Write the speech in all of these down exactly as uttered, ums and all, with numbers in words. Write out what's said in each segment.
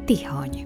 Tihany.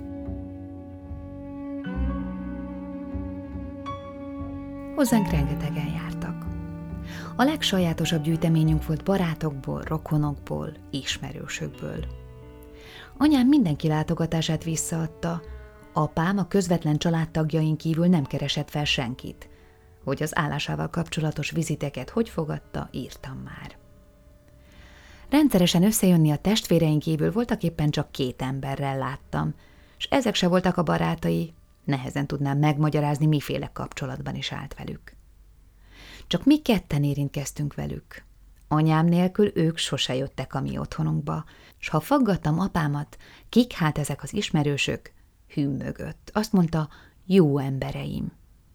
Hozzánk rengetegen jártak. A legsajátosabb gyűjteményünk volt barátokból, rokonokból, ismerősökből. Anyám mindenki látogatását visszaadta, apám a közvetlen családtagjain kívül nem keresett fel senkit. Hogy az állásával kapcsolatos viziteket hogy fogadta, írtam már. Rendszeresen összejönni a testvéreink kívül voltaképpen csak két emberrel láttam, és ezek se voltak a barátai, nehezen tudnám megmagyarázni, miféle kapcsolatban is állt velük. Csak mi ketten érintkeztünk velük. Anyám nélkül ők sose jöttek a mi otthonunkba, s ha faggattam apámat, kik hát ezek az ismerősök, hümmögött. Azt mondta, jó embereim.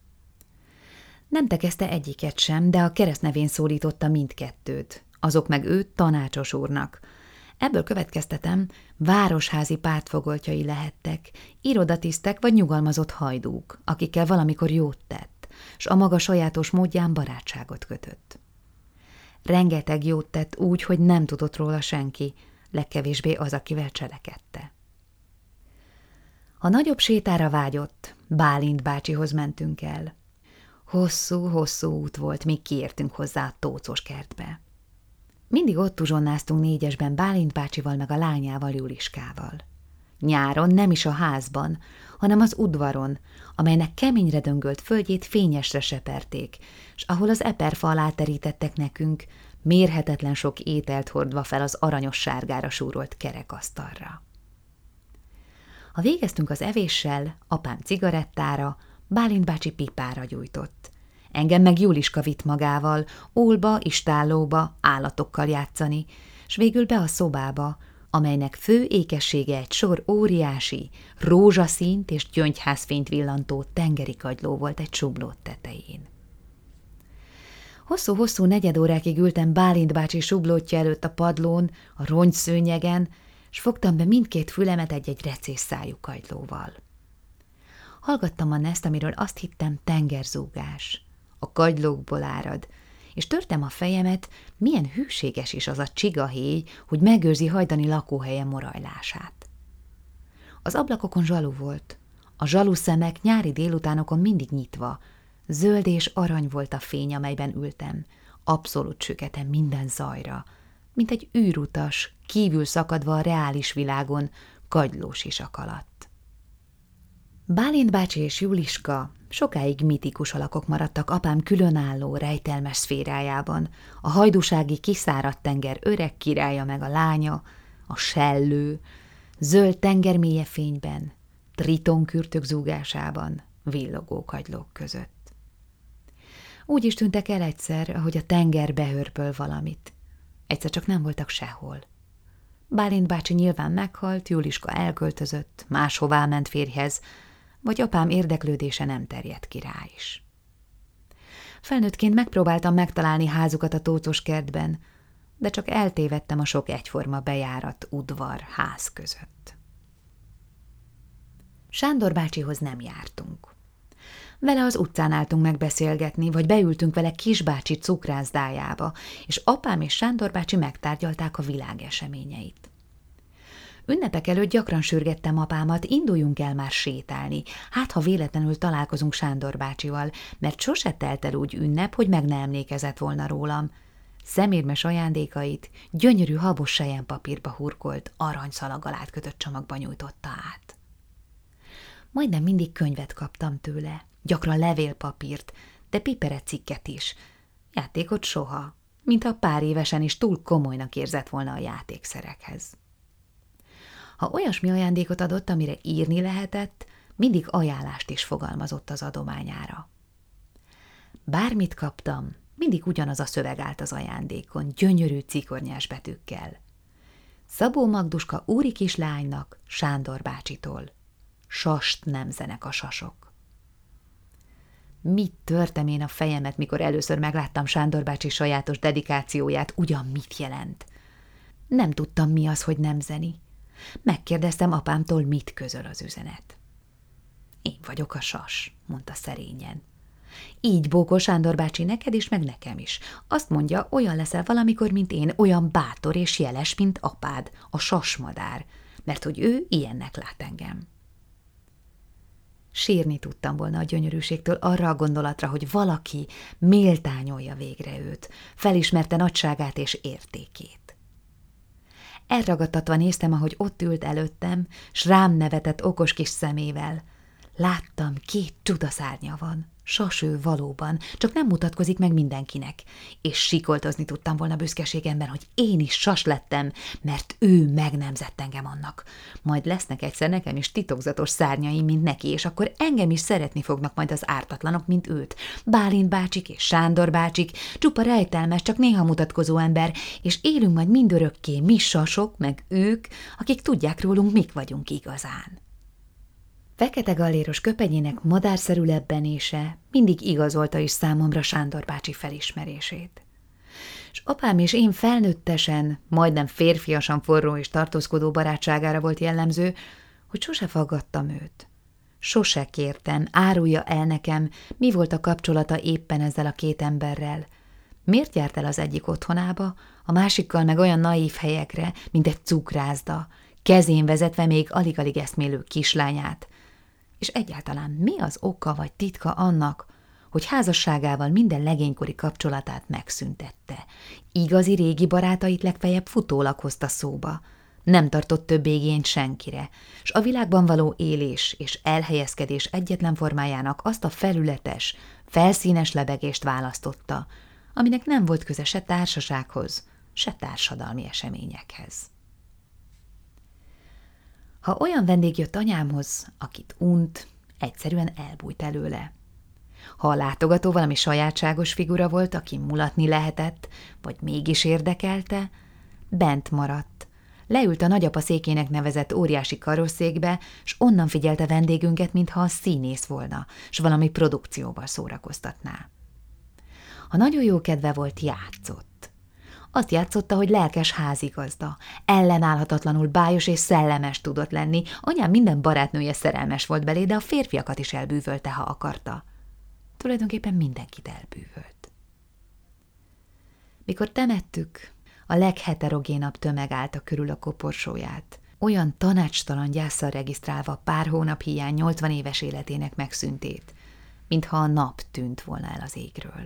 Nem tekezte egyiket sem, de a keresztnevén szólította mindkettőt, azok meg őt tanácsos úrnak. Ebből következtetem, városházi pártfogoltjai lehettek, irodatisztek vagy nyugalmazott hajdúk, akikkel valamikor jót tett, s a maga sajátos módján barátságot kötött. Rengeteg jót tett úgy, hogy nem tudott róla senki, legkevésbé az, akivel cselekedte. Ha nagyobb sétára vágyott, Bálint bácsihoz mentünk el. Hosszú-hosszú út volt, míg kiértünk hozzá a tócos kertbe. Mindig ott uzsonnáztunk négyesben Bálint bácsival meg a lányával, Juliskával. Nyáron nem is a házban, hanem az udvaron, amelynek keményre döngölt földjét fényesre seperték, s ahol az eperfa alá terítettek nekünk, mérhetetlen sok ételt hordva fel az aranyos sárgára súrolt kerekasztalra. Ha végeztünk az evéssel, apám cigarettára, Bálint bácsi pipára gyújtott. Engem meg Juliska vitt magával, ólba, istállóba, állatokkal játszani, s végül be a szobába, amelynek fő ékessége egy sor óriási, rózsaszínt és gyöngyházfényt villantó tengeri kagyló volt egy sublót tetején. Hosszú-hosszú negyedórákig ültem Bálint bácsi sublótja előtt a padlón, a rongyszőnyegen, s fogtam be mindkét fülemet egy-egy recés szájú kagylóval. Hallgattam a neszt, amiről azt hittem tengerzúgás. A kagylókból árad, és törtem a fejemet, milyen hűséges is az a csigahéj, hogy megőrzi hajdani lakóhelye morajlását. Az ablakokon zsalu volt, a zsalu szemek nyári délutánokon mindig nyitva, zöld és arany volt a fény, amelyben ültem, abszolút süketem minden zajra, mint egy űrutas, kívül szakadva a reális világon, kagylós isak alatt. Bálint bácsi és Juliska sokáig mitikus alakok maradtak apám különálló, rejtelmes szférájában, a hajdúsági kiszáradt tenger öreg királya meg a lánya, a sellő, zöld tengermélye fényben, tritonkürtök zúgásában, villogó kagylók között. Úgy is tűntek el egyszer, ahogy a tenger behörpöl valamit. Egyszer csak nem voltak sehol. Bálint bácsi nyilván meghalt, Juliska elköltözött, máshová ment férjhez, vagy apám érdeklődése nem terjedt ki rá is. Felnőttként megpróbáltam megtalálni házukat a tócos kertben, de csak eltévedtem a sok egyforma bejárat, udvar, ház között. Sándor bácsihoz nem jártunk. Vele az utcán álltunk megbeszélgetni, vagy beültünk vele kisbácsi cukrászdájába, és apám és Sándor bácsi megtárgyalták a világ eseményeit. Ünnepek előtt gyakran sürgettem apámat, induljunk el már sétálni, hát ha véletlenül találkozunk Sándor bácsival, mert sose telt el úgy ünnep, hogy meg ne emlékezett volna rólam. Szemérmes ajándékait gyönyörű habos selyempapírba hurkolt, aranyszalaggal átkötött csomagba nyújtotta át. Majdnem mindig könyvet kaptam tőle, gyakran levélpapírt, de piperecikket is. Játékot soha, mintha pár évesen is túl komolynak érzett volna a játékszerekhez. Ha olyasmi ajándékot adott, amire írni lehetett, mindig ajánlást is fogalmazott az adományára. Bármit kaptam, mindig ugyanaz a szöveg állt az ajándékon, gyönyörű cikornyás betűkkel. Szabó Magduska úri kislánynak, Sándor bácsitól. Sast nemzenek a sasok. Mit törtem én a fejemet, mikor először megláttam Sándor bácsi sajátos dedikációját, ugyan mit jelent? Nem tudtam, mi az, hogy nemzeni. Megkérdeztem apámtól, mit közöl az üzenet. Én vagyok a sas, mondta szerényen. Így bókol Sándor bácsi neked is, meg nekem is. Azt mondja, olyan leszel valamikor, mint én, olyan bátor és jeles, mint apád, a sasmadár. mert hogy ő ilyennek lát engem. Sírni tudtam volna a gyönyörűségtől arra a gondolatra, hogy valaki méltányolja végre őt, felismerte nagyságát és értékét. Elragadtatva néztem, ahogy ott ült előttem, s rám nevetett okos kis szemével. Láttam, két csudaszárnya van, sas ő valóban, csak nem mutatkozik meg mindenkinek, és sikoltozni tudtam volna büszkeségemben, hogy én is sas lettem, mert ő megnemzett engem annak. Majd lesznek egyszer nekem is titokzatos szárnyaim, mint neki, és akkor engem is szeretni fognak majd az ártatlanok, mint őt. Bálint bácsik és Sándor bácsik, csupa rejtelmes, csak néha mutatkozó ember, és élünk majd mindörökké mi sasok, meg ők, akik tudják rólunk, mik vagyunk igazán. Fekete galléros köpenyének madárszerű lebbenése mindig igazolta is számomra Sándor bácsi felismerését. S apám és én felnőttesen, majdnem férfiasan forró és tartózkodó barátságára volt jellemző, hogy sose faggattam őt. Sose kértem, árulja el nekem, mi volt a kapcsolata éppen ezzel a két emberrel. Miért járt el az egyik otthonába, a másikkal meg olyan naív helyekre, mint egy cukrászda, kezén vezetve még alig-alig eszmélő kislányát. És egyáltalán mi az oka vagy titka annak, hogy házasságával minden legénykori kapcsolatát megszüntette? Igazi régi barátait legfeljebb futólag hozta szóba. Nem tartott több igényt senkire, s a világban való élés és elhelyezkedés egyetlen formájának azt a felületes, felszínes lebegést választotta, aminek nem volt köze se társasághoz, se társadalmi eseményekhez. Ha olyan vendég jött anyámhoz, akit unt, egyszerűen elbújt előle. Ha a látogató valami sajátságos figura volt, aki mulatni lehetett, vagy mégis érdekelte, bent maradt. Leült a nagyapa székének nevezett óriási karosszékbe, s onnan figyelte vendégünket, mintha a színész volna, s valami produkcióval szórakoztatná. Ha nagyon jó kedve volt, játszott. Azt játszotta, hogy lelkes házigazda, ellenállhatatlanul bájos és szellemes tudott lenni, anyám minden barátnője szerelmes volt belé, de a férfiakat is elbűvölte, ha akarta. Tulajdonképpen mindenkit elbűvölt. Mikor temettük, a legheterogénabb tömeg állta körül a koporsóját, olyan tanácstalan gyászsal regisztrálva pár hónap hiány nyolcvan éves életének megszüntét, mintha a nap tűnt volna el az égről.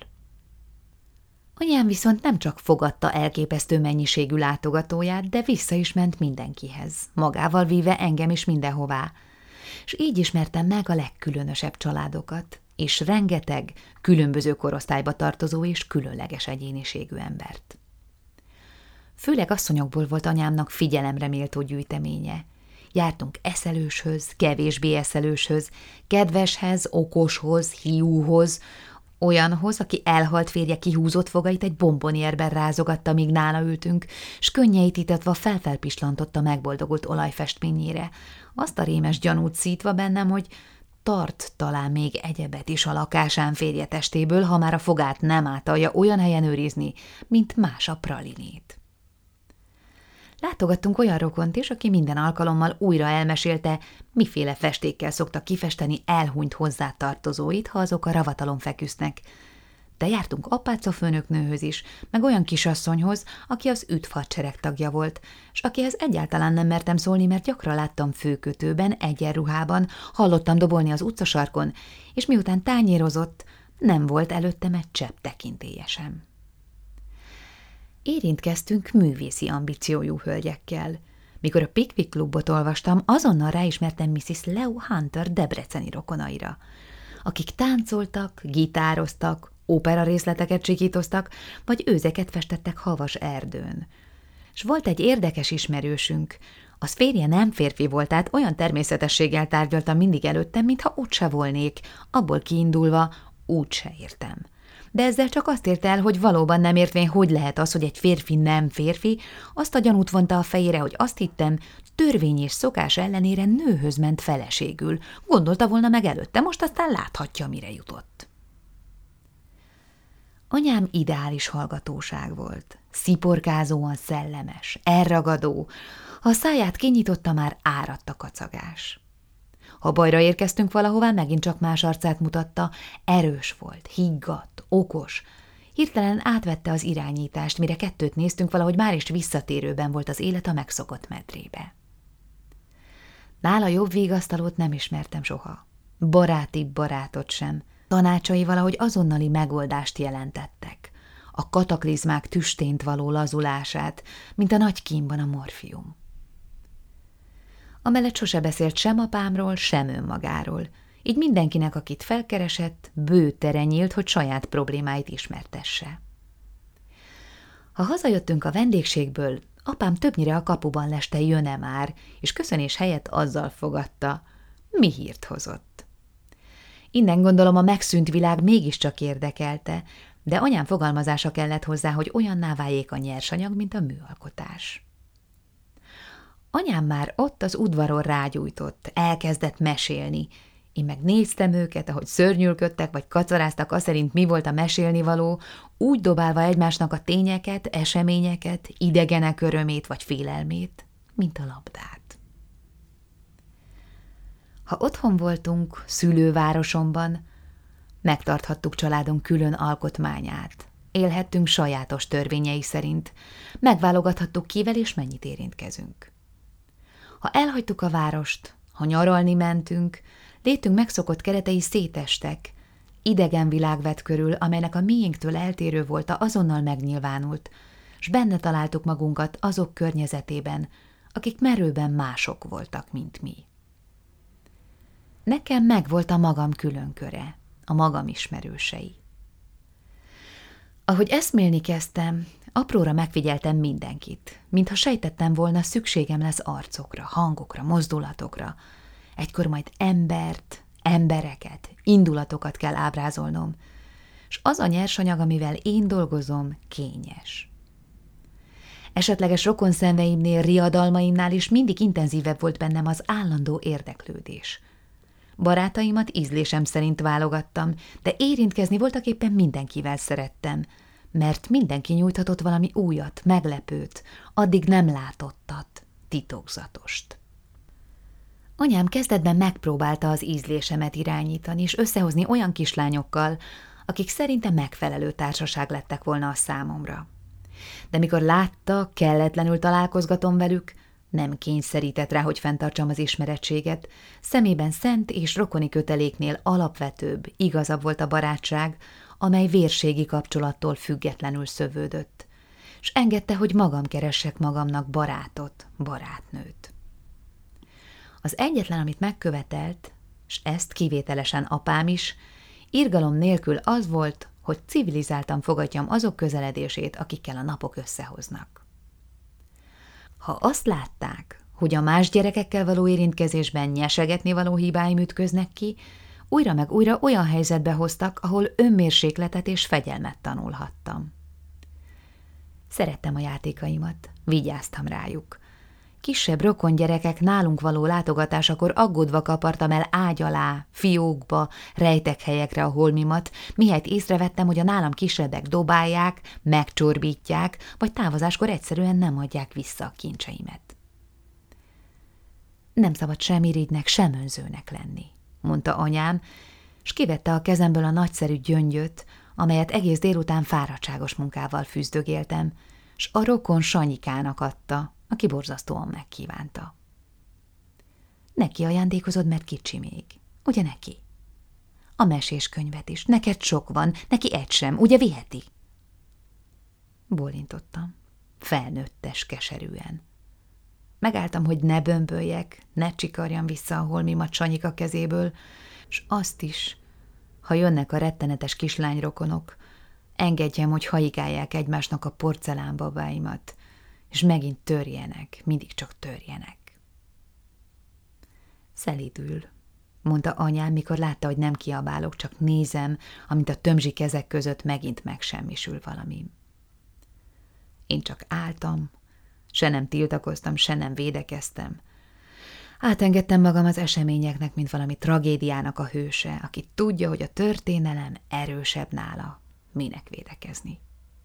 Anyám viszont nem csak fogadta elképesztő mennyiségű látogatóját, de vissza is ment mindenkihez, magával víve engem is mindenhová, és így ismertem meg a legkülönösebb családokat, és rengeteg különböző korosztályba tartozó és különleges egyéniségű embert. Főleg asszonyokból volt anyámnak figyelemre méltó gyűjteménye. Jártunk eszelőshöz, kevésbé eszelőshöz, kedveshez, okoshoz, hiúhoz, olyanhoz, aki elhalt férje kihúzott fogait egy bombonierben rázogatta, míg nála ültünk, s könnyeit itatva felfelpislantotta megboldogult olajfestményére, azt a rémes gyanút szítva bennem, hogy tart talán még egyebet is a lakásán férje testéből, ha már a fogát nem átalja olyan helyen őrizni, mint más a pralinét. Látogattunk olyan rokont is, aki minden alkalommal újra elmesélte, miféle festékkel szokta kifesteni elhunyt hozzátartozóit, ha azok a ravatalon feküsznek. De jártunk apácafőnöknőhöz is, meg olyan kisasszonyhoz, aki az üdvhadsereg tagja volt, s akihez egyáltalán nem mertem szólni, mert gyakran láttam főkötőben, egyenruhában, hallottam dobolni az utcasarkon, és miután tányérozott, nem volt előttem egy csepp tekintélye sem. Érintkeztünk művészi ambíciójú hölgyekkel. Mikor a Pickwick Klubot olvastam, azonnal ráismertem missziz Leo Hunter debreceni rokonaira, akik táncoltak, gitároztak, ópera részleteket csikítoztak, vagy őzeket festettek havas erdőn. S volt egy érdekes ismerősünk, az férje nem férfi volt, tehát olyan természetességgel tárgyaltam mindig előttem, mintha ott se volnék, abból kiindulva úgy se értem. De ezzel csak azt ért el, hogy valóban nem értvén, hogy lehet az, hogy egy férfi nem férfi, azt a gyanút vonta a fejére, hogy azt hittem, törvény és szokás ellenére nőhöz ment feleségül. Gondolta volna meg előtte, most aztán láthatja, mire jutott. Anyám ideális hallgatóság volt, sziporkázóan szellemes, elragadó, ha a száját kinyitotta, már áradt a kacagás. Ha bajra érkeztünk valahová, megint csak más arcát mutatta, erős volt, higgadt, okos. Hirtelen átvette az irányítást, mire kettőt néztünk, valahogy már is visszatérőben volt az élet a megszokott medrébe. Nála jobb vigasztalót nem ismertem soha. Barátibb barátot sem. Tanácsai valahogy azonnali megoldást jelentettek. A kataklizmák tüstént való lazulását, mint a nagy kínban a morfium. Amellett sose beszélt sem apámról, sem önmagáról, így mindenkinek, akit felkeresett, bő tere nyílt, hogy saját problémáit ismertesse. Ha hazajöttünk a vendégségből, apám többnyire a kapuban leste jön-e már, és köszönés helyett azzal fogadta, mi hírt hozott. Innen gondolom a megszűnt világ mégiscsak érdekelte, de anyám fogalmazása kellett hozzá, hogy olyanná váljék a nyersanyag, mint a műalkotás. Anyám már ott az udvaron rágyújtott, elkezdett mesélni. Én meg néztem őket, ahogy szörnyülködtek vagy kacaráztak az szerint, mi volt a mesélnivaló, úgy dobálva egymásnak a tényeket, eseményeket, idegenek örömét vagy félelmét, mint a labdát. Ha otthon voltunk, szülővárosomban, megtarthattuk családunk külön alkotmányát, élhettünk sajátos törvényei szerint, megválogathattuk kivel és mennyit érintkezünk. Ha elhagytuk a várost, ha nyaralni mentünk, létünk megszokott keretei szétestek, idegen világ vett körül, amelynek a miénktől eltérő volta, azonnal megnyilvánult, s benne találtuk magunkat azok környezetében, akik merőben mások voltak, mint mi. Nekem megvolt a magam különköre, a magam ismerősei. Ahogy eszmélni kezdtem, apróra megfigyeltem mindenkit, mintha sejtettem volna, szükségem lesz arcokra, hangokra, mozdulatokra. Egykor majd embert, embereket, indulatokat kell ábrázolnom, s az a nyersanyag, amivel én dolgozom, kényes. Esetleges rokonszenveimnél, riadalmaimnál is mindig intenzívebb volt bennem az állandó érdeklődés. Barátaimat ízlésem szerint válogattam, de érintkezni voltaképpen mindenkivel szerettem, mert mindenki nyújthatott valami újat, meglepőt, addig nem látottat, titokzatost. Anyám kezdetben megpróbálta az ízlésemet irányítani, és összehozni olyan kislányokkal, akik szerintem megfelelő társaság lettek volna a számomra. De mikor látta, kelletlenül találkozgatom velük, nem kényszerített rá, hogy fenntartsam az ismerettséget, szemében szent és rokoni köteléknél alapvetőbb, igazabb volt a barátság, amely vérségi kapcsolattól függetlenül szövődött, s engedte, hogy magam keressek magamnak barátot, barátnőt. Az egyetlen, amit megkövetelt, s ezt kivételesen apám is, irgalom nélkül az volt, hogy civilizáltan fogadjam azok közeledését, akikkel a napok összehoznak. Ha azt látták, hogy a más gyerekekkel való érintkezésben nyesegetni való hibáim ütköznek ki, újra meg újra olyan helyzetbe hoztak, ahol önmérsékletet és fegyelmet tanulhattam. Szerettem a játékaimat, vigyáztam rájuk. Kisebb rokon gyerekek nálunk való látogatásakor aggódva kapartam el ágy alá, fiókba, rejtek helyekre a holmimat, mihelyt észrevettem, hogy a nálam kisebbek dobálják, megcsorbítják, vagy távozáskor egyszerűen nem adják vissza a kincseimet. Nem szabad sem irigynek, sem önzőnek lenni, mondta anyám, s kivette a kezemből a nagyszerű gyöngyöt, amelyet egész délután fáradtságos munkával fűzdögéltem, s a rokon Sanyikának adta, aki borzasztóan megkívánta. Neki ajándékozod, mert kicsi még, ugye neki? A meséskönyvet is, neked sok van, neki egy sem, ugye viheti? Bólintottam, felnőttes keserűen. Megálltam, hogy ne bömböljek, ne csikarjam vissza a holmimat Sanyika kezéből, s azt is, ha jönnek a rettenetes kislányrokonok, engedjem, hogy haigálják egymásnak a porcelánbabáimat, és megint törjenek, mindig csak törjenek. Szelídül, mondta anyám, mikor látta, hogy nem kiabálok, csak nézem, amint a tömzsi kezek között megint megsemmisül valami. Én csak álltam, se nem tiltakoztam, se nem védekeztem. Átengedtem magam az eseményeknek, mint valami tragédiának a hőse, aki tudja, hogy a történelem erősebb nála, minek védekezni.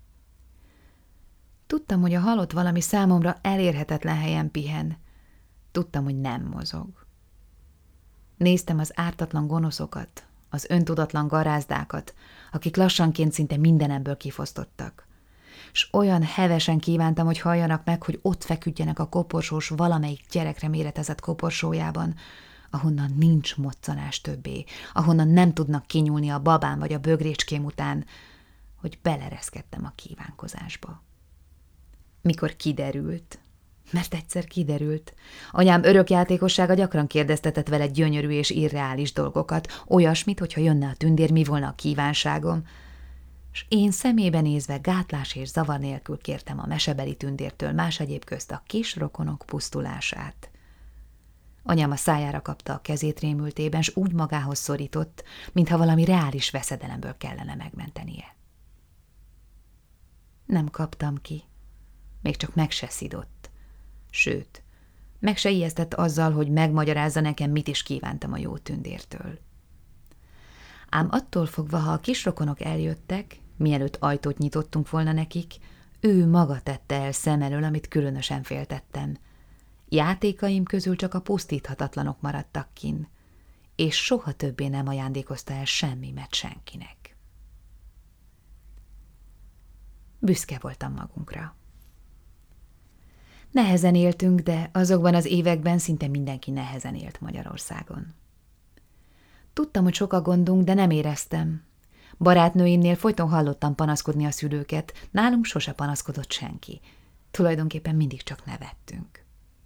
Tudtam, hogy a halott valami számomra elérhetetlen helyen pihen. Tudtam, hogy nem mozog. Néztem az ártatlan gonoszokat, az öntudatlan garázdákat, akik lassanként szinte mindenemből kifosztottak. s olyan hevesen kívántam, hogy halljanak meg, hogy ott feküdjenek a koporsós valamelyik gyerekre méretezett koporsójában, ahonnan nincs moccanás többé, ahonnan nem tudnak kinyúlni a babám vagy a bögrécském után, hogy belereszkedtem a kívánkozásba. Mikor kiderült, mert egyszer kiderült, anyám örökjátékossága gyakran kérdeztetett vele gyönyörű és irreális dolgokat, olyasmit, hogyha jönne a tündér, mi volna a kívánságom, s én szemébe nézve gátlás és zavar nélkül kértem a mesebeli tündértől más egyéb közt a kis rokonok pusztulását. Anyám a szájára kapta a kezét rémültében, s úgy magához szorított, mintha valami reális veszedelemből kellene megmentenie. Nem kaptam ki, még csak meg se szidott. Sőt, meg se ijesztett azzal, hogy megmagyarázza nekem, mit is kívántam a jó tündértől. Ám attól fogva, ha a kisrokonok eljöttek, mielőtt ajtót nyitottunk volna nekik, ő maga tette el szem elől, amit különösen féltettem. Játékaim közül csak a pusztíthatatlanok maradtak kin, és soha többé nem ajándékozta el semmimet senkinek. Büszke voltam magunkra. Nehezen éltünk, de azokban az években szinte mindenki nehezen élt Magyarországon. Tudtam, hogy sok a gondunk, de nem éreztem. Barátnőimnél folyton hallottam panaszkodni a szülőket, nálunk sose panaszkodott senki. Tulajdonképpen mindig csak nevettünk.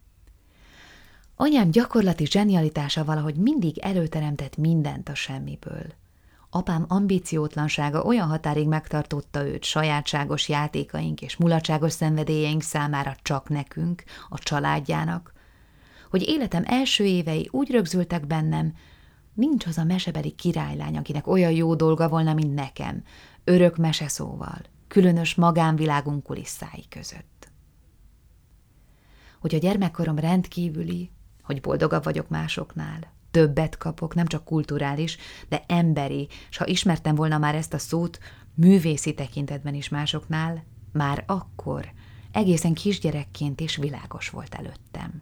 Anyám gyakorlati zsenialitása valahogy mindig előteremtett mindent a semmiből. Apám ambíciótlansága olyan határig megtartotta őt sajátságos játékaink és mulatságos szenvedélyeink számára csak nekünk, a családjának, hogy életem első évei úgy rögzültek bennem, nincs az a mesebeli királylány, akinek olyan jó dolga volna, mint nekem, örök meseszóval, különös magánvilágunk kulisszái között. Hogy a gyermekkorom rendkívüli, hogy boldogabb vagyok másoknál, többet kapok, nem csak kulturális, de emberi, s ha ismertem volna már ezt a szót, művészi tekintetben is másoknál, már akkor, egészen kisgyerekként is világos volt előttem.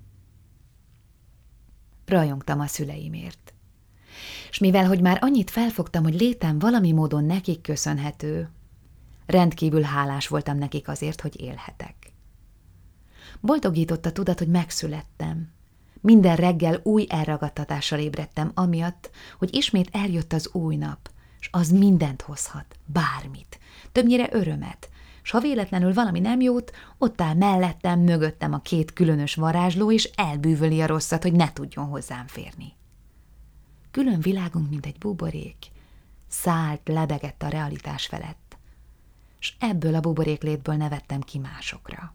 Rajongtam a szüleimért. S mivel, hogy már annyit felfogtam, hogy létem valami módon nekik köszönhető, rendkívül hálás voltam nekik azért, hogy élhetek. Boldogított a tudat, hogy megszülettem. Minden reggel új elragadtatással ébredtem amiatt, hogy ismét eljött az új nap, s az mindent hozhat, bármit, többnyire örömet, s ha véletlenül valami nem jót, ott áll mellettem, mögöttem a két különös varázsló, és elbűvöli a rosszat, hogy ne tudjon hozzám férni. Külön világunk, mint egy buborék, szállt, lebegett a realitás felett, s ebből a buboréklétből nevettem ki másokra.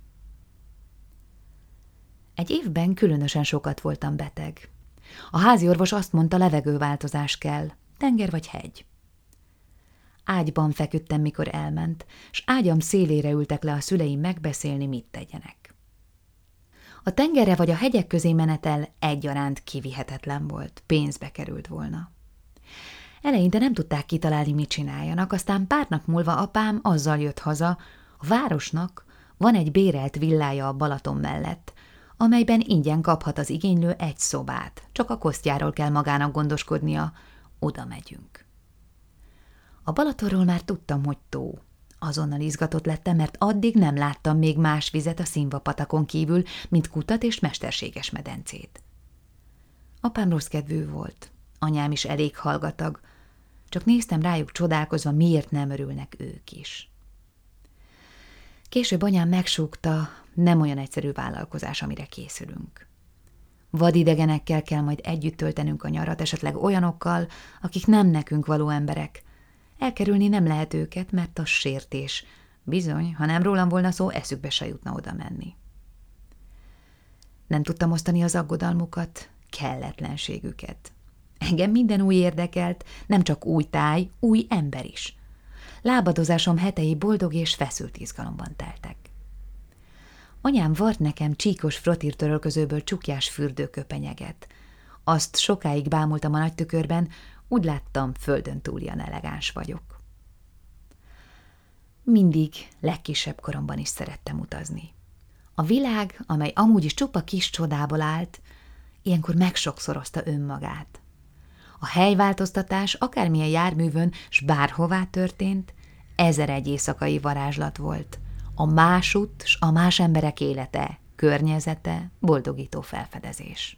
Egy évben különösen sokat voltam beteg. A házi orvos azt mondta, levegőváltozás kell, tenger vagy hegy. Ágyban feküdtem, mikor elment, s ágyam szélére ültek le a szüleim megbeszélni, mit tegyenek. A tengerre vagy a hegyek közé menetel egyaránt kivihetetlen volt, pénzbe került volna. Eleinte nem tudták kitalálni, mit csináljanak, aztán pár nap múlva apám azzal jött haza, a városnak van egy bérelt villája a Balaton mellett, amelyben ingyen kaphat az igénylő egy szobát, csak a kosztjáról kell magának gondoskodnia, oda megyünk. A Balatonról már tudtam, hogy tó. Azonnal izgatott lettem, mert addig nem láttam még más vizet a Színvapatakon kívül, mint kutat és mesterséges medencét. Apám rossz kedvű volt, anyám is elég hallgatag, csak néztem rájuk csodálkozva, miért nem örülnek ők is. Később anyám megsúgta, nem olyan egyszerű vállalkozás, amire készülünk. Vadidegenekkel kell majd együtt töltenünk a nyarat, esetleg olyanokkal, akik nem nekünk való emberek. Elkerülni nem lehet őket, mert az sértés. Bizony, ha nem rólam volna szó, eszükbe se jutna oda menni. Nem tudtam osztani az aggodalmukat, kelletlenségüket. Engem minden új érdekelt, nem csak új táj, új ember is. Lábadozásom hetei boldog és feszült izgalomban teltek. Anyám vart nekem csíkos frottírtörölközőből csukjás fürdőköpenyeget. Azt sokáig bámultam a nagy tükörben, úgy láttam, földön túlian elegáns vagyok. Mindig, legkisebb koromban is szerettem utazni. A világ, amely amúgy is csupa kis csodából állt, ilyenkor megsokszorozta önmagát. A helyváltoztatás akármilyen járművön s bárhová történt, ezer egy éjszakai varázslat volt. A másút s a más emberek élete, környezete, boldogító felfedezés.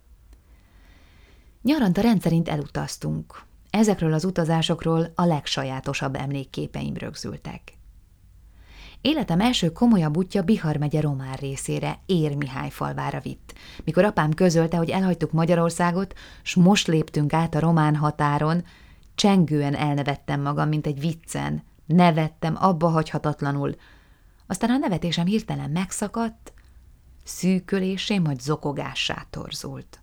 Nyaranta rendszerint elutaztunk. Ezekről az utazásokról a legsajátosabb emlékképeim rögzültek. Életem első komolyabb útja Bihar megye Román részére, Érmihályfalvára vitt, mikor apám közölte, hogy elhagytuk Magyarországot, s most léptünk át a román határon, csengően elnevettem magam, mint egy viccen, nevettem abba hagyhatatlanul, aztán a nevetésem hirtelen megszakadt, szűkölésé, majd zokogássá torzult.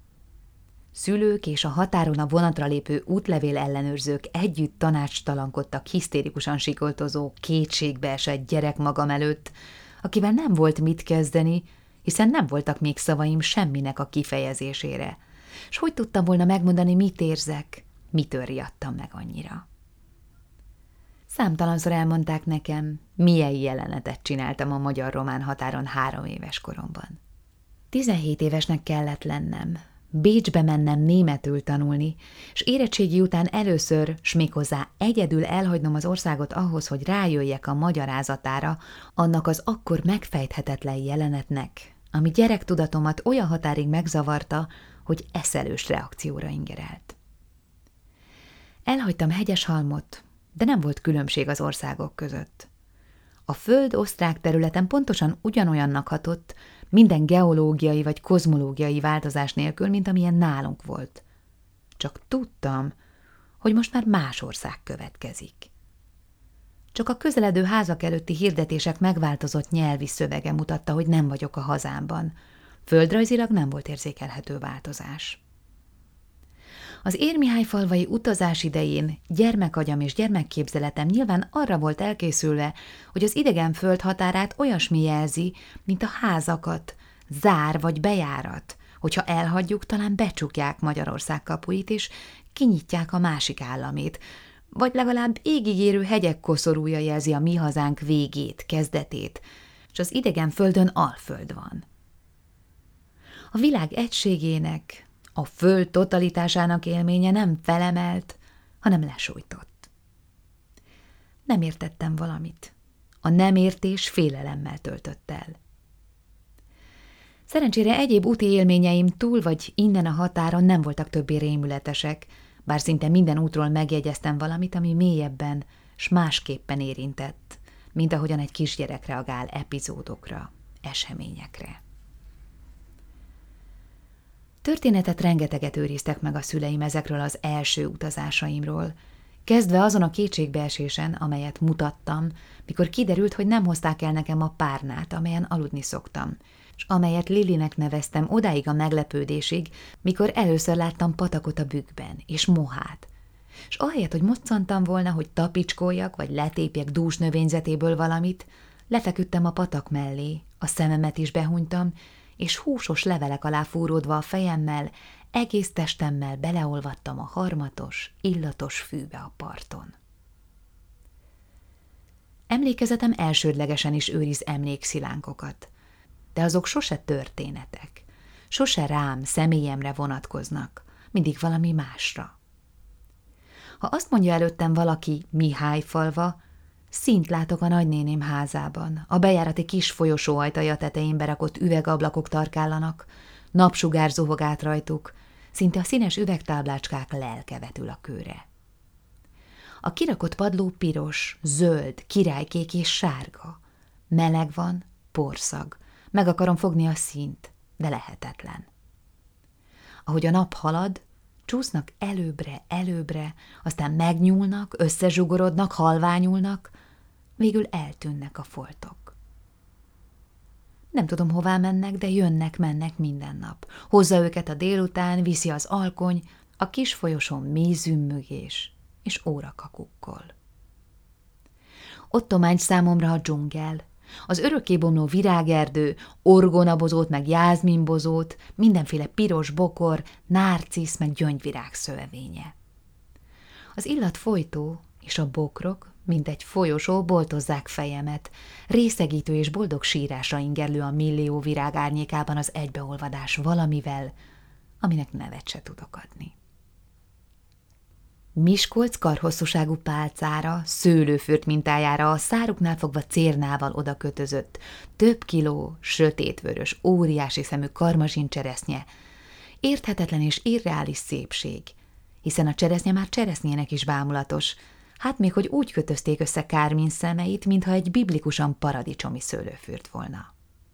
Szülők és a határon a vonatra lépő útlevél ellenőrzők együtt tanácstalankodtak hisztérikusan sikoltozó, kétségbeesett gyerek magam előtt, akivel nem volt mit kezdeni, hiszen nem voltak még szavaim semminek a kifejezésére, s hogy tudtam volna megmondani, mit érzek, mitől riadtam meg annyira. Számtalanszor elmondták nekem, milyen jelenetet csináltam a magyar-román határon három éves koromban. Tizenhét évesnek kellett lennem, Bécsbe mennem németül tanulni, s érettségi után először, s méghozzá egyedül elhagynom az országot ahhoz, hogy rájöjjek a magyarázatára annak az akkor megfejthetetlen jelenetnek, ami gyerektudatomat olyan határig megzavarta, hogy eszelős reakcióra ingerelt. Elhagytam Hegyeshalmot, de nem volt különbség az országok között. A föld osztrák területen pontosan ugyanolyannak hatott, minden geológiai vagy kozmológiai változás nélkül, mint amilyen nálunk volt. Csak tudtam, hogy most már más ország következik. Csak a közeledő házak előtti hirdetések megváltozott nyelvi szövege mutatta, hogy nem vagyok a hazámban. Földrajzilag nem volt érzékelhető változás. Az Érmihályfalvai utazás idején gyermekagyam és gyermekképzeletem nyilván arra volt elkészülve, hogy az idegen föld határát olyasmi jelzi, mint a házakat, zár vagy bejárat, hogyha elhagyjuk, talán becsukják Magyarország kapuit, és kinyitják a másik államét, vagy legalább égigérő hegyek koszorúja jelzi a mi hazánk végét, kezdetét, és az idegen földön alföld van. A világ egységének, a föld totalitásának élménye nem felemelt, hanem lesújtott. Nem értettem valamit. A nem értés félelemmel töltött el. Szerencsére egyéb úti élményeim túl vagy innen a határon nem voltak többé rémületesek, bár szinte minden útról megjegyeztem valamit, ami mélyebben s másképpen érintett, mint ahogyan egy kisgyerek reagál epizódokra, eseményekre. Történetet rengeteget őriztek meg a szüleim ezekről az első utazásaimról, kezdve azon a kétségbeesésen, amelyet mutattam, mikor kiderült, hogy nem hozták el nekem a párnát, amelyen aludni szoktam, és amelyet Lilinek neveztem odáig a meglepődésig, mikor először láttam patakot a bükkben, és mohát, és ahelyett, hogy moccantam volna, hogy tapicskoljak, vagy letépjek dús növényzetéből valamit, lefeküdtem a patak mellé, a szememet is behunytam, és húsos levelek alá fúródva a fejemmel, egész testemmel beleolvadtam a harmatos, illatos fűbe a parton. Emlékezetem elsődlegesen is őriz emlékszilánkokat, de azok sose történetek, sose rám, személyemre vonatkoznak, mindig valami másra. Ha azt mondja előttem valaki Mihályfalva, színt látok a nagynéném házában, a bejárati kis folyosó ajtaja tetején berakott üvegablakok tarkállanak, napsugár zuhog át rajtuk, szinte a színes üvegtáblácskák lelke vetül a kőre. A kirakott padló piros, zöld, királykék és sárga. Meleg van, porszag, meg akarom fogni a színt, de lehetetlen. Ahogy a nap halad, csúsznak előbbre, előbbre, aztán megnyúlnak, összezsugorodnak, halványulnak, végül eltűnnek a foltok. Nem tudom, hová mennek, de jönnek-mennek minden nap. Hozza őket a délután, viszi az alkony, a kis folyosón mély zümmögés, és óraka kukkol. Ottomány számomra a dzsungel, az örökkébomló virágerdő, orgonabozót meg jázminbozót, mindenféle piros bokor, nárcisz meg gyöngyvirág szövevénye. Az illat folytó és a bokrok, mint egy folyosó, boltozzák fejemet, részegítő és boldog sírásra ingerlő a millió virág árnyékában az egybeolvadás valamivel, aminek nevet se tudok adni. Miskolc karhosszúságú pálcára, szőlőfürt mintájára a száruknál fogva cérnával odakötözött, több kiló, sötétvörös, óriási szemű karmazsin cseresznye, érthetetlen és irreális szépség, hiszen a cseresznye már cseresznyének is bámulatos, hát még hogy úgy kötözték össze kármin szemeit, mintha egy biblikusan paradicsomi szőlőfürt volna.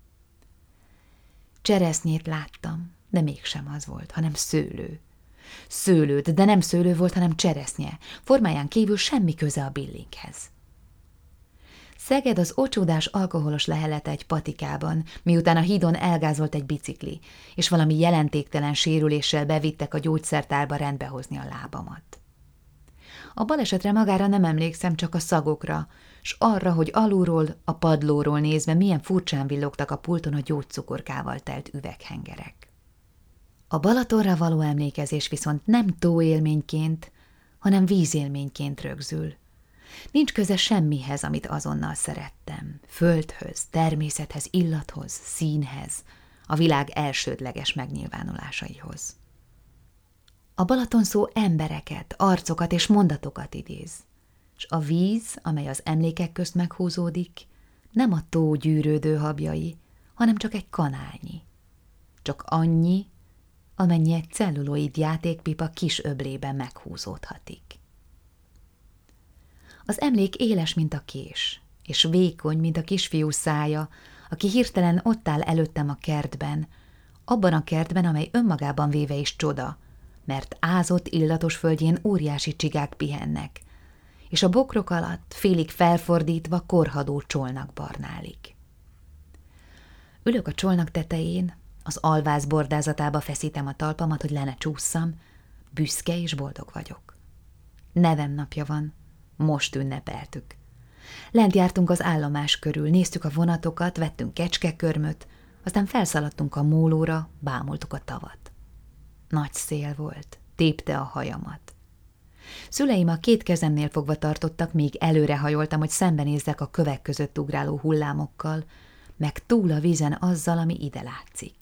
Cseresznyét láttam, de mégsem az volt, hanem szőlő. Szőlőt, de nem szőlő volt, hanem cseresznye, formáján kívül semmi köze a billinkhez. Szeged az ocsódás alkoholos lehelet egy patikában, miután a hídon elgázolt egy bicikli, és valami jelentéktelen sérüléssel bevittek a gyógyszertárba rendbehozni a lábamat. A balesetre magára nem emlékszem, csak a szagokra, s arra, hogy alulról, a padlóról nézve milyen furcsán villogtak a pulton a gyógycukorkával telt üveghengerek. A Balatonra való emlékezés viszont nem tóélményként, hanem vízélményként rögzül. Nincs köze semmihez, amit azonnal szerettem. Földhöz, természethez, illathoz, színhez, a világ elsődleges megnyilvánulásaihoz. A Balaton szó embereket, arcokat és mondatokat idéz, s a víz, amely az emlékek közt meghúzódik, nem a tó gyűrődő habjai, hanem csak egy kanálnyi. Csak annyi, amennyi egy celluloid játékpipa kis öblében meghúzódhatik. Az emlék éles, mint a kés, és vékony, mint a kisfiú szája, aki hirtelen ott áll előttem a kertben, abban a kertben, amely önmagában véve is csoda, mert ázott illatos földjén óriási csigák pihennek, és a bokrok alatt félig felfordítva korhadó csolnak barnálik. Ülök a csolnak tetején, az alváz bordázatába feszítem a talpamat, hogy le ne csússzam, büszke és boldog vagyok. Nevem napja van, most ünnepeltük. Lent jártunk az állomás körül, néztük a vonatokat, vettünk kecskekörmöt, aztán felszaladtunk a mólóra, bámultuk a tavat. Nagy szél volt, tépte a hajamat. Szüleim a két kezemnél fogva tartottak, míg előrehajoltam, hogy szembenézzek a kövek között ugráló hullámokkal, meg túl a vízen azzal, ami ide látszik.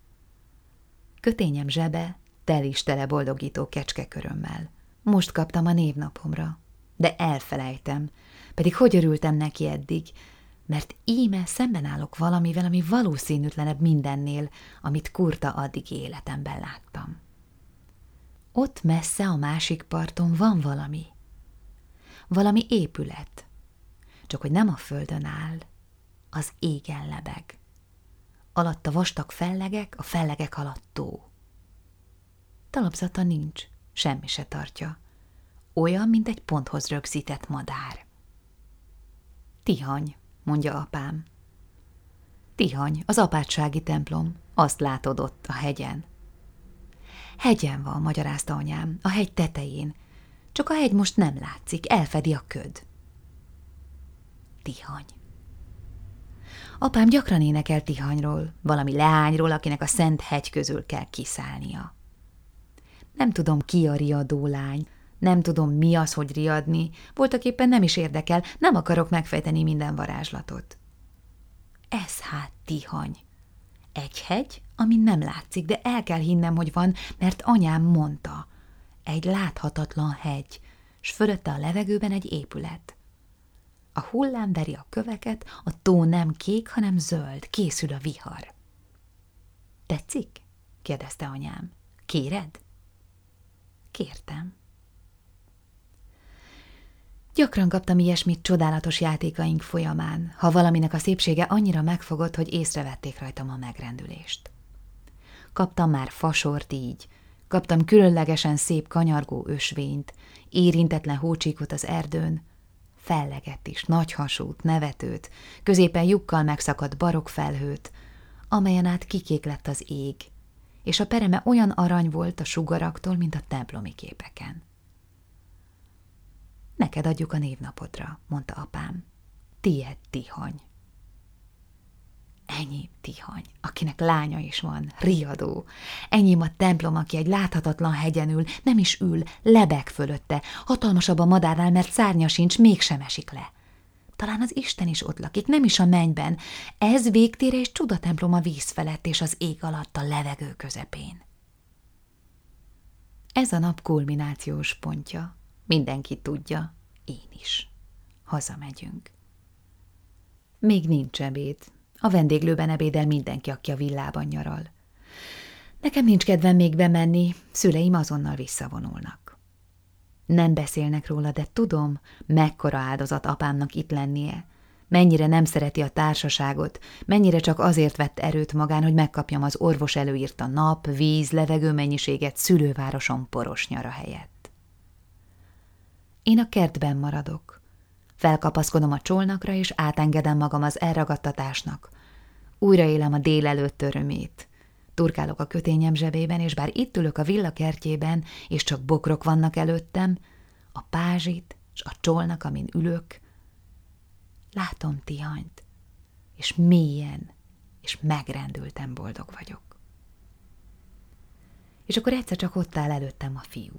Kötényem zsebe, tel is tele boldogító kecskekörömmel. Most kaptam a névnapomra, de elfelejtem, pedig hogy örültem neki eddig, mert íme szemben állok valamivel, ami valószínűtlenebb mindennél, amit kurta addigi életemben láttam. Ott messze a másik parton van valami. Valami épület, csak hogy nem a földön áll, az égen lebeg. Alatta vastag fellegek, a fellegek alatt tó. Talapzata nincs, semmi se tartja. Olyan, mint egy ponthoz rögzített madár. Tihany, mondja apám. Tihany, az apátsági templom, azt látod ott a hegyen. Hegyen van, magyarázta anyám, a hegy tetején. Csak a hegy most nem látszik, elfedi a köd. Tihany. Apám gyakran énekel Tihanyról, valami leányról, akinek a szent hegy közül kell kiszállnia. Nem tudom, ki a riadó lány, nem tudom, mi az, hogy riadni, voltaképpen nem is érdekel, nem akarok megfejteni minden varázslatot. Ez hát Tihany. Egy hegy, ami nem látszik, de el kell hinnem, hogy van, mert anyám mondta. Egy láthatatlan hegy, s fölötte a levegőben egy épület. A hullám veri a köveket, a tó nem kék, hanem zöld, készül a vihar. Tetszik? kérdezte anyám. Kéred? Kértem. Gyakran kaptam ilyesmit csodálatos játékaink folyamán, ha valaminek a szépsége annyira megfogott, hogy észrevették rajtam a megrendülést. Kaptam már fasort így, kaptam különlegesen szép kanyargó ösvényt, érintetlen hócsíkot az erdőn, fellegett is, nagy hasút, nevetőt, középen lyukkal megszakadt barokfelhőt, amelyen át kikék lett az ég, és a pereme olyan arany volt a sugaraktól, mint a templomi képeken. Neked adjuk a névnapodra, mondta apám. Tied Tihany. Enyém Tihany, akinek lánya is van, riadó. Enyém a templom, aki egy láthatatlan hegyen ül, nem is ül, lebeg fölötte, hatalmasabb a madárnál, mert szárnya sincs, mégsem esik le. Talán az Isten is ott lakik, nem is a mennyben. Ez végtére és csodatemplom a víz felett és az ég alatt a levegő közepén. Ez a nap kulminációs pontja. Mindenki tudja, én is. Hazamegyünk. Még nincs ebéd. A vendéglőben ebédel mindenki, aki a villában nyaral. Nekem nincs kedvem még bemenni, szüleim azonnal visszavonulnak. Nem beszélnek róla, de tudom, mekkora áldozat apámnak itt lennie. Mennyire nem szereti a társaságot, mennyire csak azért vett erőt magán, hogy megkapjam az orvos előírta nap, víz, levegő mennyiséget szülővároson poros nyara helyett. Én a kertben maradok. Felkapaszkodom a csolnakra, és átengedem magam az elragadtatásnak. Újra élem a délelőtt örömét. Turkálok a kötényem zsebében, és bár itt ülök a villa kertjében, és csak bokrok vannak előttem, a pázsit és a csolnak, amin ülök, látom Tihanyt, és mélyen és megrendülten boldog vagyok. És akkor egyszer csak ott áll előttem a fiú.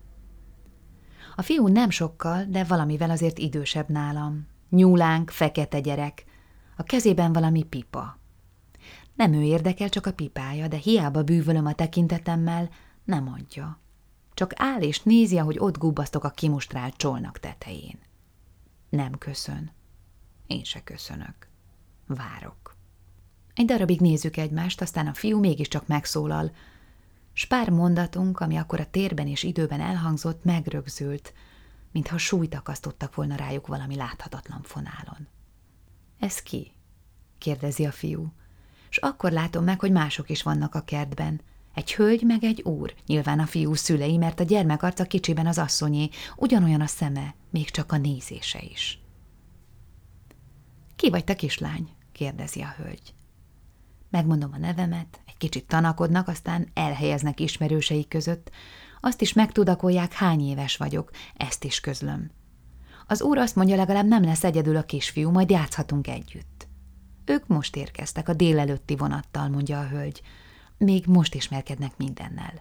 A fiú nem sokkal, de valamivel azért idősebb nálam. Nyúlánk, fekete gyerek, a kezében valami pipa. Nem ő érdekel, csak a pipája, de hiába bűvölöm a tekintetemmel, nem adja. Csak áll és nézi, ahogy ott gubbasztok a kimustrált csolnak tetején. Nem köszön. Én se köszönök. Várok. Egy darabig nézzük egymást, aztán a fiú mégiscsak megszólal, s pár mondatunk, ami akkor a térben és időben elhangzott, megrögzült, mintha súlyt akasztottak volna rájuk valami láthatatlan fonálon. Ez ki? Kérdezi a fiú, s akkor látom meg, hogy mások is vannak a kertben. Egy hölgy meg egy úr, nyilván a fiú szülei, mert a gyermek arca kicsiben az asszonyé, ugyanolyan a szeme, még csak a nézése is. Ki vagy te, kislány? Kérdezi a hölgy. Megmondom a nevemet, egy kicsit tanakodnak, aztán elhelyeznek ismerőseik között, azt is megtudakolják, hány éves vagyok, ezt is közlöm. Az úr azt mondja, legalább nem lesz egyedül a kisfiú, majd játszhatunk együtt. Ők most érkeztek a délelőtti vonattal, mondja a hölgy. Még most ismerkednek mindennel.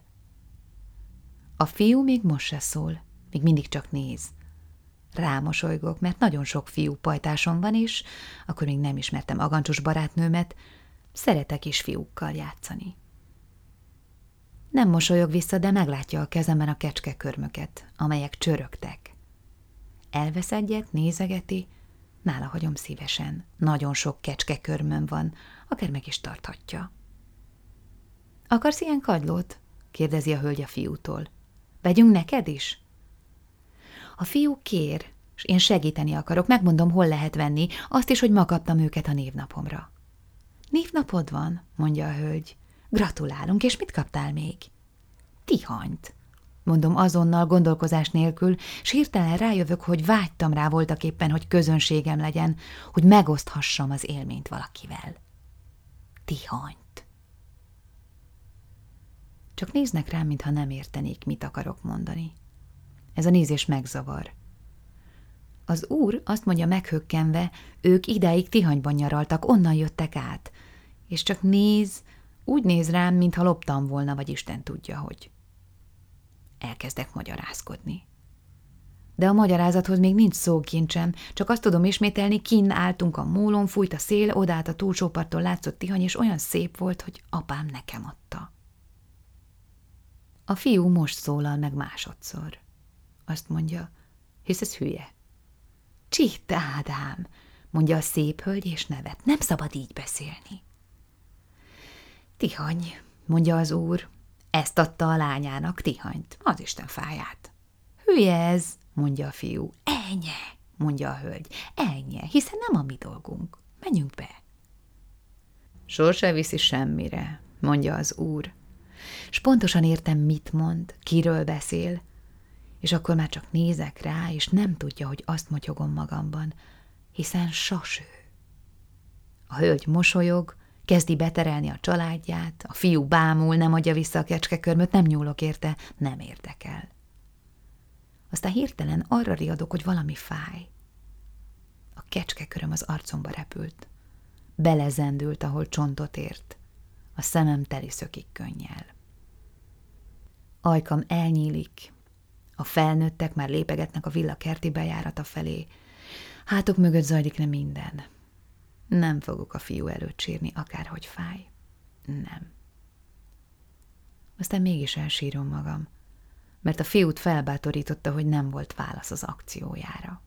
A fiú még most se szól, még mindig csak néz. Rámosolygok, mert nagyon sok fiú pajtásom van, és akkor még nem ismertem agancsos barátnőmet, szeretek is fiúkkal játszani. Nem mosolyog vissza, de meglátja a kezemben a kecskekörmöket, amelyek csörögtek. Elvesz egyet, nézegeti, nála hagyom szívesen. Nagyon sok kecskekörmöm van, akár meg is tarthatja. Akarsz ilyen kagylót? Kérdezi a hölgy a fiútól. Vegyünk neked is? A fiú kér, és én segíteni akarok, megmondom, hol lehet venni, azt is, hogy ma kaptam őket a névnapomra. Névnapod van, mondja a hölgy. Gratulálunk, és mit kaptál még? Tihanyt, mondom azonnal, gondolkozás nélkül, s hirtelen rájövök, hogy vágytam rá voltak éppen, hogy közönségem legyen, hogy megoszthassam az élményt valakivel. Tihanyt. Csak néznek rám, mintha nem értenék, mit akarok mondani. Ez a nézés megzavar. Az úr azt mondja meghökkenve, ők idáig Tihanyban nyaraltak, onnan jöttek át, és csak néz, úgy néz rám, mintha loptam volna, vagy Isten tudja, hogy. Elkezdek magyarázkodni. De a magyarázathoz még nincs szókincsem, csak azt tudom ismételni, kinn álltunk a mólon, fújt a szél, odállt a túlsó parton látszott Tihany, és olyan szép volt, hogy apám nekem adta. A fiú most szólal meg másodszor. Azt mondja, hisz ez hülye. Csitt, Ádám, mondja a szép hölgy, és nevet. Nem szabad így beszélni. Tihany, mondja az úr, ezt adta a lányának, Tihanyt, az Isten fáját. Hülye ez, mondja a fiú. Ennye, mondja a hölgy. Ennye, hiszen nem a mi dolgunk. Menjünk be. Sose viszi semmire, mondja az úr. S pontosan értem, mit mond, kiről beszél, és akkor már csak nézek rá, és nem tudja, hogy azt motyogom magamban, hiszen sas ő. A hölgy mosolyog, kezdi beterelni a családját, a fiú bámul, nem adja vissza a kecskekörmöt, nem nyúlok érte, nem érdekel. Aztán hirtelen arra riadok, hogy valami fáj. A kecskeköröm az arcomba repült. Belezendült, ahol csontot ért. A szemem teli szökik könnyel. Ajkam elnyílik, a felnőttek már lépegetnek a villa kerti bejárata felé. Hátok mögött zajlik le minden. Nem fogok a fiú előtt sírni, akárhogy fáj. Nem. Aztán mégis elsírom magam. mert a fiút felbátorította, hogy nem volt válasz az akciójára.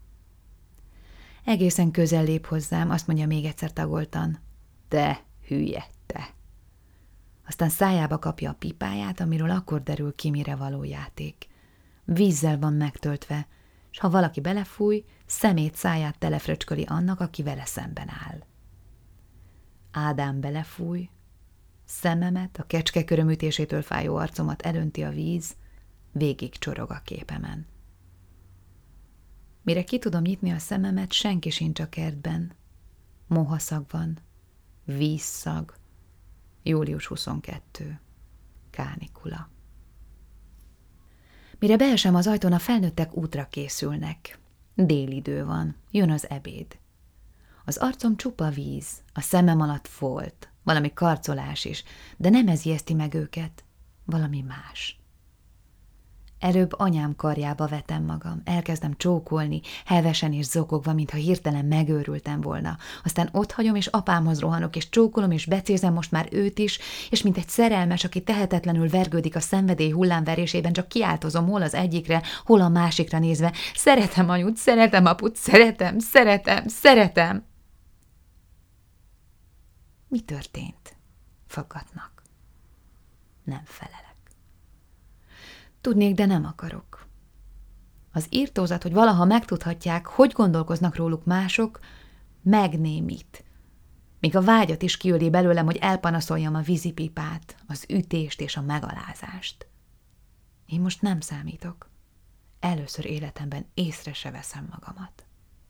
Egészen közel lép hozzám, azt mondja még egyszer tagoltan: te hülye, te! Aztán szájába kapja a pipáját, amiről akkor derül ki, mire való játék. Vízzel van megtöltve, s ha valaki belefúj, szemét száját telefröcsköli annak, aki vele szemben áll. Ádám belefúj, szememet, a kecske körömütésétől fájó arcomat elönti a víz, végig csorog a képemen. Mire ki tudom nyitni a szememet, senki sincs a kertben. Mohaszag van, vízszag, július huszonkettő, kánikula. Mire beesem az ajtón, a felnőttek útra készülnek. Délidő van, jön az ebéd. Az arcom csupa víz, a szemem alatt folt, valami karcolás is, de nem ez ijeszti meg őket, valami más. Előbb anyám karjába vetem magam, elkezdem csókolni, hevesen és zokogva, mintha hirtelen megőrültem volna. Aztán otthagyom, és apámhoz rohanok, és csókolom, és becézem most már őt is, és mint egy szerelmes, aki tehetetlenül vergődik a szenvedély hullámverésében, csak kiáltozom hol az egyikre, hol a másikra nézve: szeretem anyut, szeretem aput, szeretem, szeretem, szeretem. Mi történt? Faggatnak. Nem felelek. Tudnék, de nem akarok. Az írtózat, hogy valaha megtudhatják, hogy gondolkoznak róluk mások, megnémít. Míg a vágyat is kiöli belőlem, hogy elpanaszoljam a vízipipát, az ütést és a megalázást. Én most nem számítok. Először életemben észre se veszem magamat.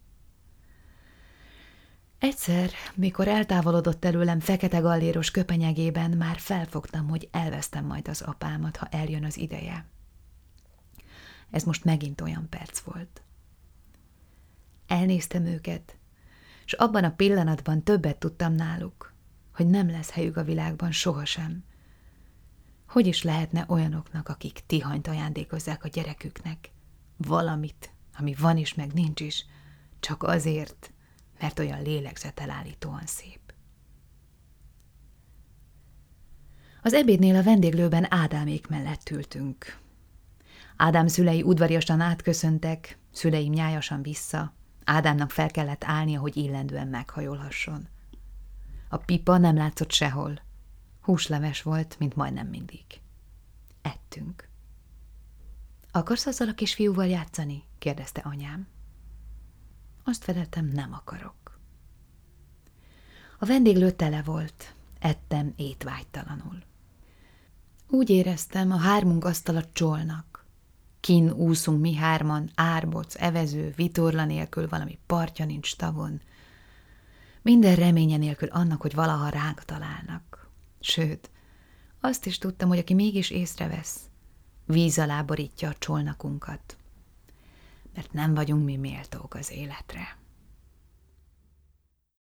Egyszer, mikor eltávolodott előlem fekete galléros köpenyegében, már felfogtam, hogy elvesztem majd az apámat, ha eljön az ideje. Ez most megint olyan perc volt. Elnéztem őket, és abban a pillanatban többet tudtam náluk, hogy nem lesz helyük a világban sohasem. Hogy is lehetne olyanoknak, akik tihanyt ajándékozzák a gyereküknek? Valamit, ami van is, meg nincs is, csak azért, mert olyan lélegzetelállítóan szép. Az ebédnél a vendéglőben Ádámék mellett ültünk. Ádám szülei udvariasan átköszöntek, szüleim nyájasan vissza. Ádámnak fel kellett állnia, hogy illendően meghajolhasson. A pipa nem látszott sehol. Húsleves volt, mint majdnem mindig. Ettünk. Akarsz azzal a kisfiúval játszani? Kérdezte anyám. Azt feleltem, nem akarok. A vendéglő tele volt, ettem étvágytalanul. Úgy éreztem, a hármunk asztala csolnak. Kin úszunk mi hárman, árboc, evező, vitorla nélkül, valami partja nincs tavon. Minden reménye nélkül annak, hogy valaha ránk találnak. Sőt, azt is tudtam, hogy aki mégis észrevesz, víz alá borítja a csolnakunkat, mert nem vagyunk mi méltók az életre.